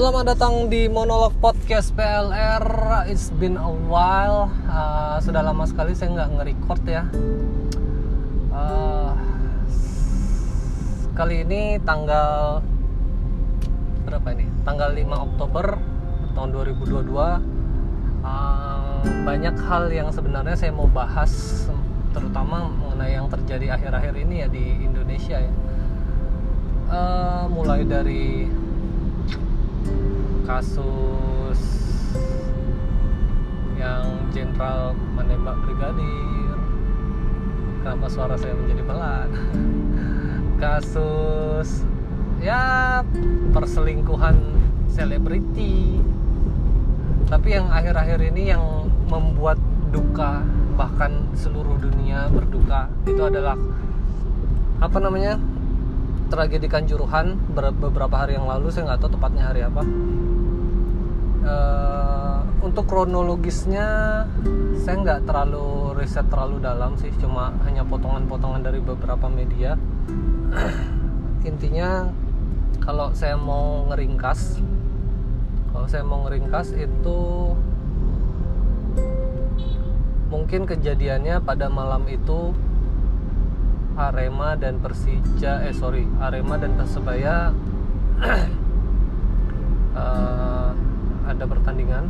Selamat datang di Monolog Podcast PLR. It's been a while. Sudah lama sekali saya nggak nge-record ya. Kali ini tanggal berapa ini? Tanggal 5 Oktober tahun 2022. Banyak hal yang sebenarnya saya mau bahas, terutama mengenai yang terjadi akhir-akhir ini ya di Indonesia ya. Mulai dari kasus yang jenderal menembak brigadir. Kenapa suara saya menjadi pelan? Kasus ya perselingkuhan selebriti. Tapi yang akhir-akhir ini yang membuat duka, bahkan seluruh dunia berduka, itu adalah tragedi Kanjuruhan beberapa hari yang lalu. Saya nggak tahu tepatnya hari apa. Untuk kronologisnya saya nggak terlalu riset terlalu dalam sih, cuma hanya potongan-potongan dari beberapa media. Intinya kalau saya mau ngeringkas itu mungkin kejadiannya pada malam itu Arema dan Persebaya ada pertandingan,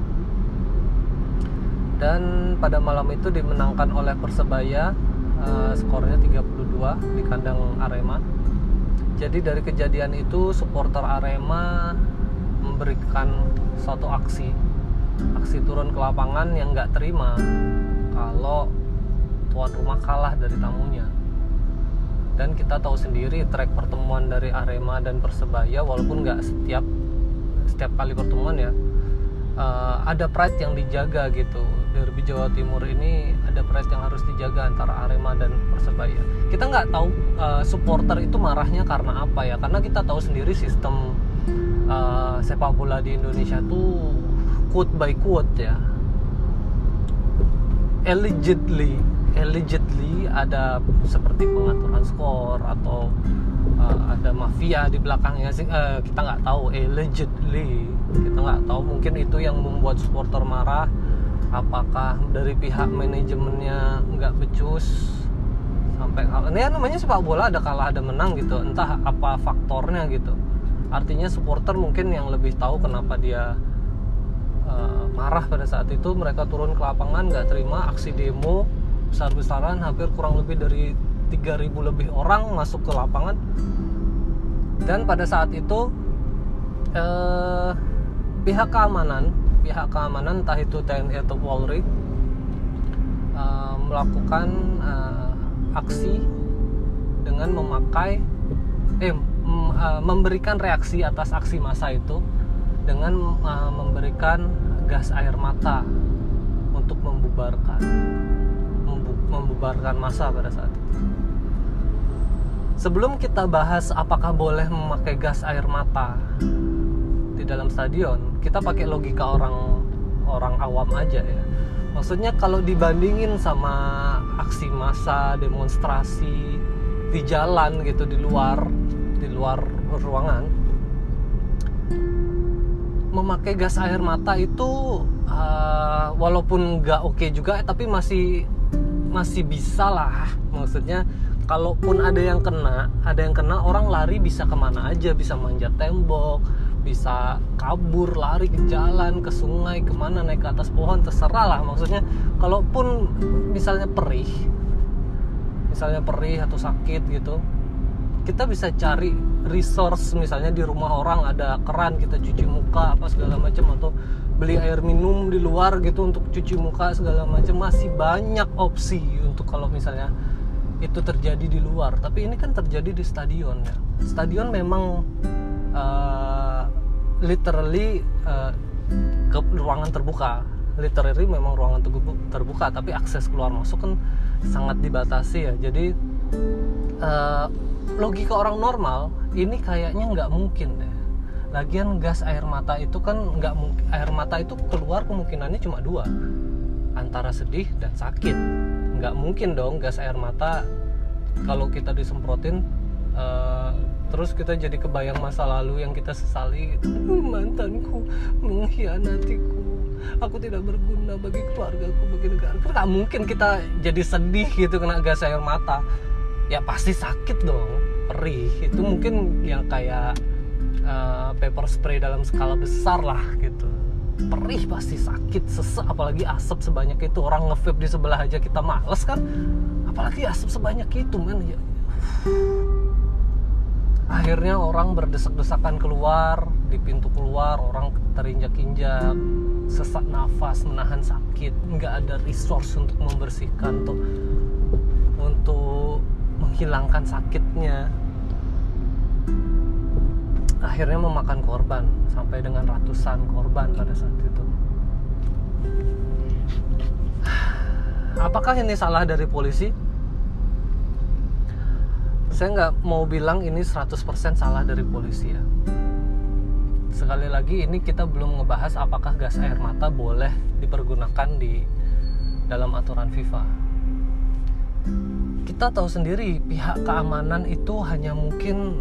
dan pada malam itu dimenangkan oleh Persebaya, skornya 3-2 di kandang Arema. Jadi dari kejadian itu supporter Arema memberikan suatu aksi turun ke lapangan yang nggak terima kalau tuan rumah kalah dari tamunya. Dan kita tahu sendiri track pertemuan dari Arema dan Persebaya, walaupun nggak setiap kali pertemuan ya, ada pride yang dijaga gitu. Derby Jawa Timur ini ada pride yang harus dijaga antara Arema dan Persebaya. Kita nggak tahu supporter itu marahnya karena apa ya, karena kita tahu sendiri sistem sepak bola di Indonesia tuh quote by quote ya, allegedly ada seperti pengaturan skor atau ada mafia di belakangnya sih. Kita nggak tahu, allegedly kita nggak tahu. Mungkin itu yang membuat supporter marah. Apakah dari pihak manajemennya nggak becus sampai ini ya, namanya sepak bola, ada kalah ada menang gitu, entah apa faktornya gitu. Artinya supporter mungkin yang lebih tahu kenapa dia marah pada saat itu. Mereka turun ke lapangan, nggak terima aksi demo besar-besaran, hampir kurang lebih dari 3.000 lebih orang masuk ke lapangan. Dan pada saat itu pihak keamanan entah itu TNI atau Polri melakukan aksi dengan memberikan reaksi atas aksi massa itu dengan memberikan gas air mata untuk membubarkan massa pada saat itu. Sebelum kita bahas apakah boleh memakai gas air mata di dalam stadion, kita pakai logika orang awam aja ya. Maksudnya kalau dibandingin sama aksi massa, demonstrasi di jalan gitu, di luar ruangan, memakai gas air mata itu walaupun nggak oke juga, tapi masih bisa lah. Maksudnya kalaupun ada yang kena, orang lari bisa kemana aja, bisa manjat tembok, bisa kabur, lari ke jalan, ke sungai, kemana, naik ke atas pohon, terserah lah. Maksudnya kalaupun misalnya perih atau sakit gitu, kita bisa cari resource. Misalnya di rumah orang ada keran, kita cuci muka apa segala macam, atau beli air minum di luar gitu untuk cuci muka segala macam. Masih banyak opsi untuk kalau misalnya itu terjadi di luar. Tapi ini kan terjadi di stadion ya. Stadion memang literally ke ruangan terbuka. Literally memang ruangan terbuka, tapi akses keluar masuk kan sangat dibatasi ya. Jadi logika orang normal ini kayaknya nggak mungkin deh. Lagian gas air mata itu kan nggak mungkin. Air mata itu keluar kemungkinannya cuma dua, antara sedih dan sakit. Nggak mungkin dong gas air mata kalau kita disemprotin Terus kita jadi kebayang masa lalu yang kita sesali gitu. Mantanku mengkhianatiku, aku tidak berguna bagi keluargaku, bagi negara. Nggak mungkin kita jadi sedih gitu kena gas air mata. Ya pasti sakit dong, perih. Itu mungkin yang kayak pepper spray dalam skala besar lah gitu. Perih pasti sakit, sesek, apalagi asap sebanyak itu. Orang nge-vape di sebelah aja kita males kan, apalagi asap sebanyak itu man. Ya. Akhirnya orang berdesak-desakan keluar, di pintu keluar orang terinjak-injak, sesak nafas, menahan sakit, nggak ada resource untuk membersihkan, untuk menghilangkan sakitnya. Akhirnya memakan korban, sampai dengan ratusan korban pada saat itu. Apakah ini salah dari polisi? Saya nggak mau bilang ini 100% salah dari polisi ya. Sekali lagi ini kita belum ngebahas apakah gas air mata boleh dipergunakan di dalam aturan FIFA. Kita tahu sendiri pihak keamanan itu hanya mungkin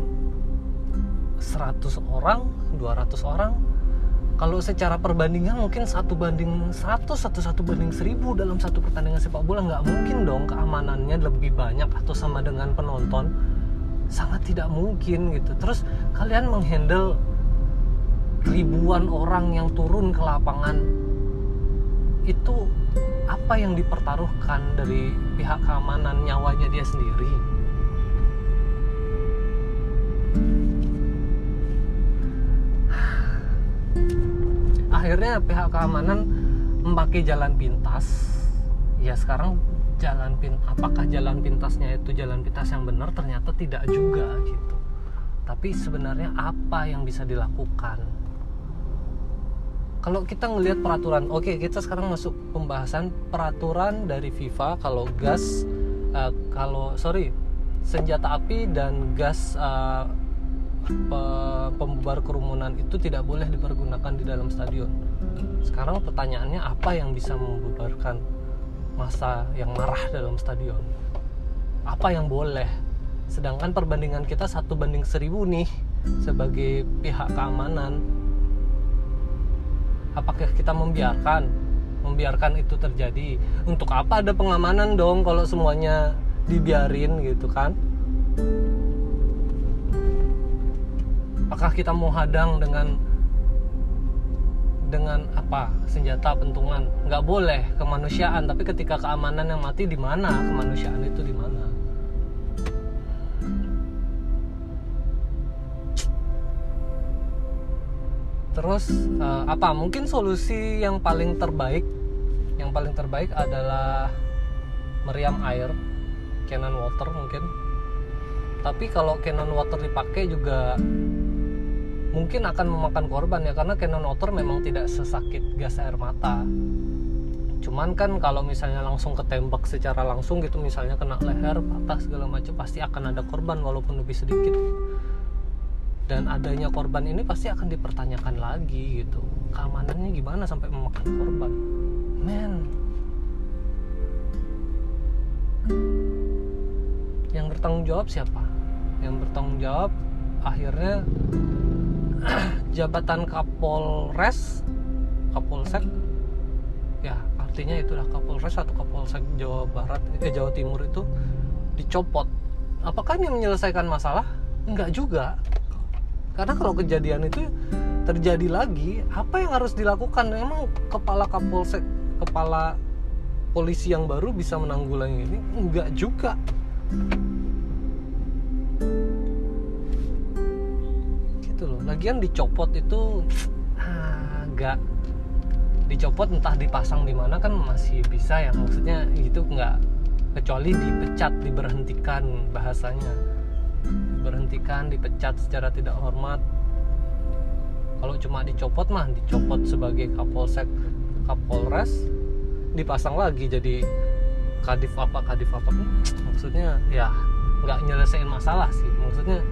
100 orang, 200 orang. Kalau secara perbandingan mungkin 1:100, 1:1000 dalam satu pertandingan sepak bola. Nggak mungkin dong keamanannya lebih banyak atau sama dengan penonton. Sangat tidak mungkin gitu. Terus kalian menghandle ribuan orang yang turun ke lapangan, itu apa yang dipertaruhkan dari pihak keamanan, nyawanya dia sendiri. Akhirnya pihak keamanan memakai jalan pintas. Ya sekarang apakah jalan pintasnya itu jalan pintas yang benar? Ternyata tidak juga gitu. Tapi sebenarnya apa yang bisa dilakukan? Kalau kita ngelihat peraturan, oke, kita sekarang masuk pembahasan peraturan dari FIFA. Senjata api dan gas pembubar kerumunan itu tidak boleh dipergunakan di dalam stadion. Sekarang pertanyaannya, apa yang bisa membubarkan massa yang marah dalam stadion? Apa yang boleh? Sedangkan perbandingan kita 1:1000 nih sebagai pihak keamanan. Apakah kita membiarkan itu terjadi? Untuk apa ada pengamanan dong kalau semuanya dibiarin gitu kan? Apakah kita mau hadang dengan apa? Senjata, pentungan? Nggak boleh, kemanusiaan. Tapi ketika keamanan yang mati, di mana kemanusiaan itu, di mana? Terus apa? Mungkin solusi yang paling terbaik adalah meriam air, cannon water mungkin. Tapi kalau cannon water dipakai juga mungkin akan memakan korban ya, karena cannon water memang tidak sesakit gas air mata. Cuman kan kalau misalnya langsung ketembak secara langsung gitu, misalnya kena leher, patah segala macam, pasti akan ada korban walaupun lebih sedikit. Dan adanya korban ini pasti akan dipertanyakan lagi gitu. Keamanannya gimana sampai memakan korban? Men, yang bertanggung jawab siapa? Yang bertanggung jawab akhirnya jabatan Kapolres, Kapolsek, ya artinya itulah Kapolres atau Kapolsek Jawa Timur itu dicopot. Apakah ini menyelesaikan masalah? Enggak juga. Karena kalau kejadian itu terjadi lagi, apa yang harus dilakukan? Emang kepala Kapolsek, kepala polisi yang baru bisa menanggulangi ini? Enggak juga. Lagian dicopot itu agak dicopot, entah dipasang di mana kan masih bisa ya, maksudnya itu nggak, kecuali dipecat, diberhentikan, bahasanya diberhentikan, dipecat secara tidak hormat. Kalau cuma dicopot mah dicopot sebagai Kapolsek, Kapolres, dipasang lagi jadi kadif apa, maksudnya ya nggak nyelesain masalah sih. Maksudnya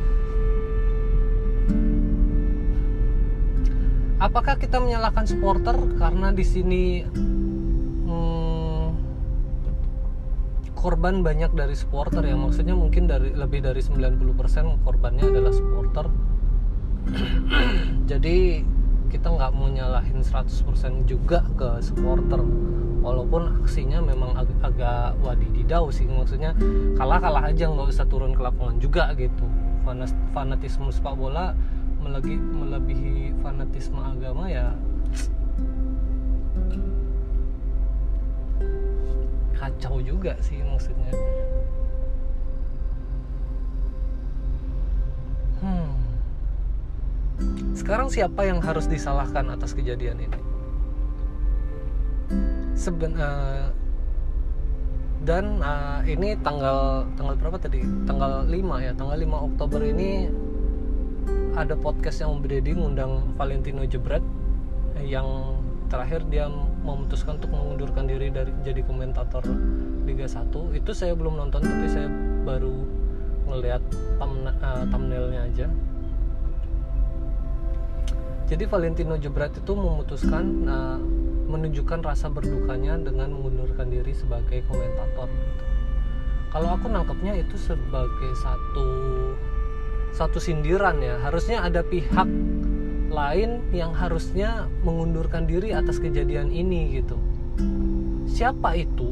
apakah kita menyalahkan supporter karena di sini korban banyak dari supporter ya, maksudnya mungkin lebih dari 90% korbannya adalah supporter. Jadi kita nggak mau nyalahin 100% juga ke supporter, walaupun aksinya memang agak wadididau sih, maksudnya kalah aja, nggak usah turun ke lapangan juga gitu. Fanatisme sepak bola melebihi fanatisme agama ya, kacau juga sih maksudnya. Sekarang siapa yang harus disalahkan atas kejadian ini? Ini tanggal berapa tadi? Tanggal 5 ya. Tanggal 5 Oktober ini ada podcast yang Brady ngundang Valentino Jebret, yang terakhir dia memutuskan untuk mengundurkan diri dari jadi komentator Liga 1. Itu saya belum nonton, tapi saya baru ngelihat thumbnailnya aja. Jadi Valentino Jebret itu memutuskan menunjukkan rasa berdukanya dengan mengundurkan diri sebagai komentator gitu. Kalau aku nangkepnya itu sebagai satu sindiran ya. Harusnya ada pihak lain yang harusnya mengundurkan diri atas kejadian ini gitu. Siapa itu?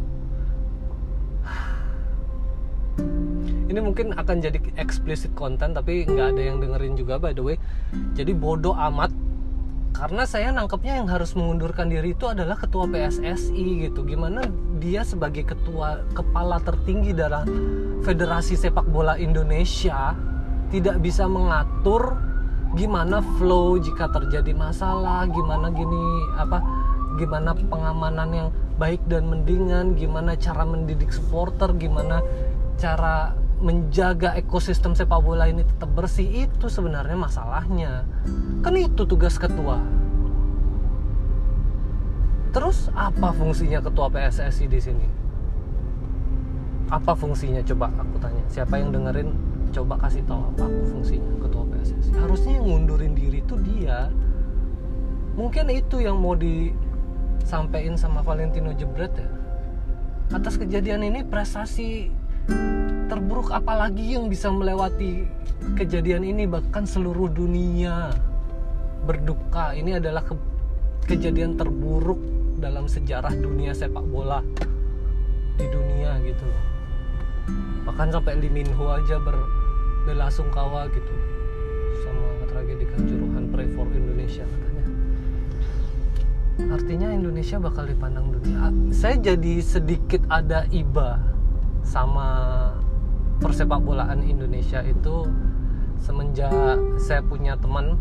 Ini mungkin akan jadi explicit content, tapi nggak ada yang dengerin juga by the way. Jadi bodoh amat, karena saya nangkepnya yang harus mengundurkan diri itu adalah ketua PSSI gitu. Gimana dia sebagai kepala tertinggi dalam Federasi Sepak Bola Indonesia tidak bisa mengatur gimana flow jika terjadi masalah, gimana pengamanan yang baik dan mendingan, gimana cara mendidik supporter, gimana cara menjaga ekosistem sepak bola ini tetap bersih. Itu sebenarnya masalahnya. Kan itu tugas ketua. Terus apa fungsinya ketua PSSI di sini? Apa fungsinya, coba aku tanya. Siapa yang dengerin coba kasih tahu apa fungsinya ketua PSSI. Harusnya yang ngundurin diri itu dia. Mungkin itu yang mau disampaikan sama Valentino Jebret ya. Atas kejadian ini, prestasi terburuk apalagi yang bisa melewati kejadian ini, bahkan seluruh dunia berduka. Ini adalah kejadian terburuk dalam sejarah dunia sepak bola di dunia gitu loh. Bahkan sampai Lee Min Ho aja berbelasungkawa gitu sama tragedi Kanjuruhan, Pray for Indonesia katanya. Artinya Indonesia bakal dipandang dunia. Saya jadi sedikit ada iba sama persepak bolaan Indonesia itu semenjak saya punya teman.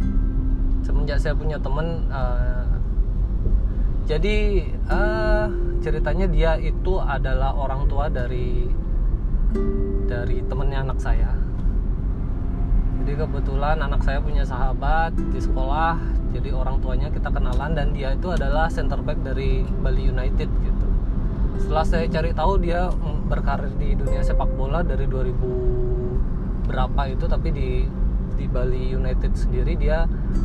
Jadi ceritanya dia itu adalah orang tua dari temennya anak saya. Jadi kebetulan anak saya punya sahabat di sekolah, jadi orang tuanya kita kenalan, dan dia itu adalah center back dari Bali United gitu. Setelah saya cari tahu, dia berkarir di dunia sepak bola dari 2000 berapa itu, tapi di Bali United sendiri dia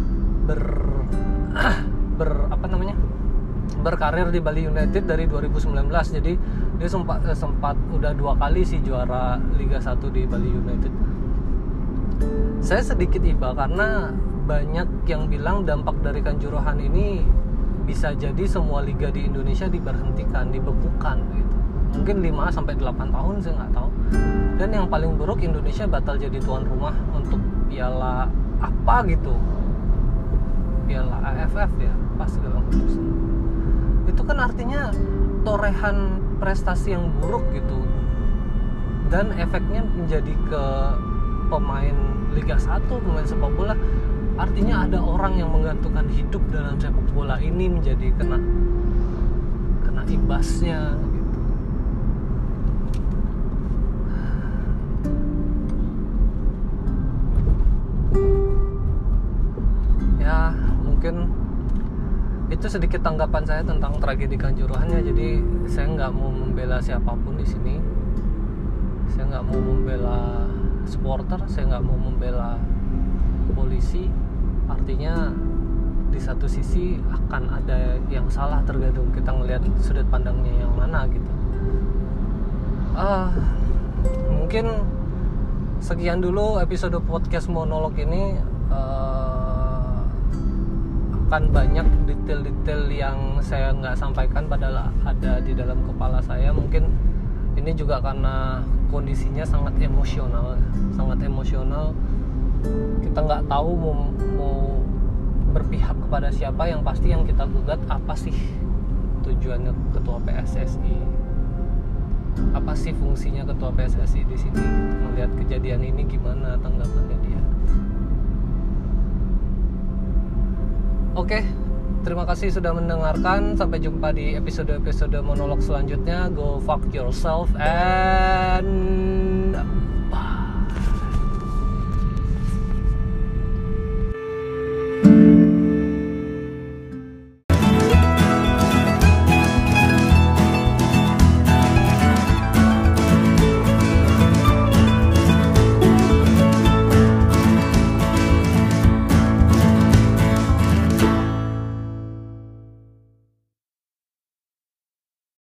berkarir di Bali United dari 2019. Jadi dia sempat udah 2 kali sih juara Liga 1 di Bali United. Saya sedikit iba karena banyak yang bilang dampak dari Kanjuruhan ini bisa jadi semua liga di Indonesia diberhentikan, dibekukan gitu. Mungkin 5-8 tahun, saya nggak tahu. Dan yang paling buruk, Indonesia batal jadi tuan rumah untuk piala apa gitu, piala AFF ya, pas segala macam. Itu kan artinya torehan prestasi yang buruk gitu, dan efeknya menjadi ke pemain Liga 1, pemain sepak bola. Artinya ada orang yang menggantungkan hidup dalam sepak bola ini menjadi kena imbasnya gitu. Ya mungkin itu sedikit tanggapan saya tentang tragedi Kanjuruhannya. Jadi saya nggak mau membela siapapun di sini. Saya nggak mau membela supporter, saya nggak mau membela polisi. Artinya di satu sisi akan ada yang salah, tergantung kita ngelihat sudut pandangnya yang mana gitu. Mungkin sekian dulu episode podcast monolog ini. Akan banyak detail-detail yang saya nggak sampaikan padahal ada di dalam kepala saya. Mungkin ini juga karena kondisinya sangat emosional. Kita nggak tahu mau berpihak kepada siapa. Yang pasti yang kita gugat, apa sih tujuannya ketua PSSI, apa sih fungsinya ketua PSSI di sini. Melihat kejadian ini, gimana tanggapannya dia. Oke, terima kasih sudah mendengarkan. Sampai jumpa di episode-episode monolog selanjutnya. Go fuck yourself and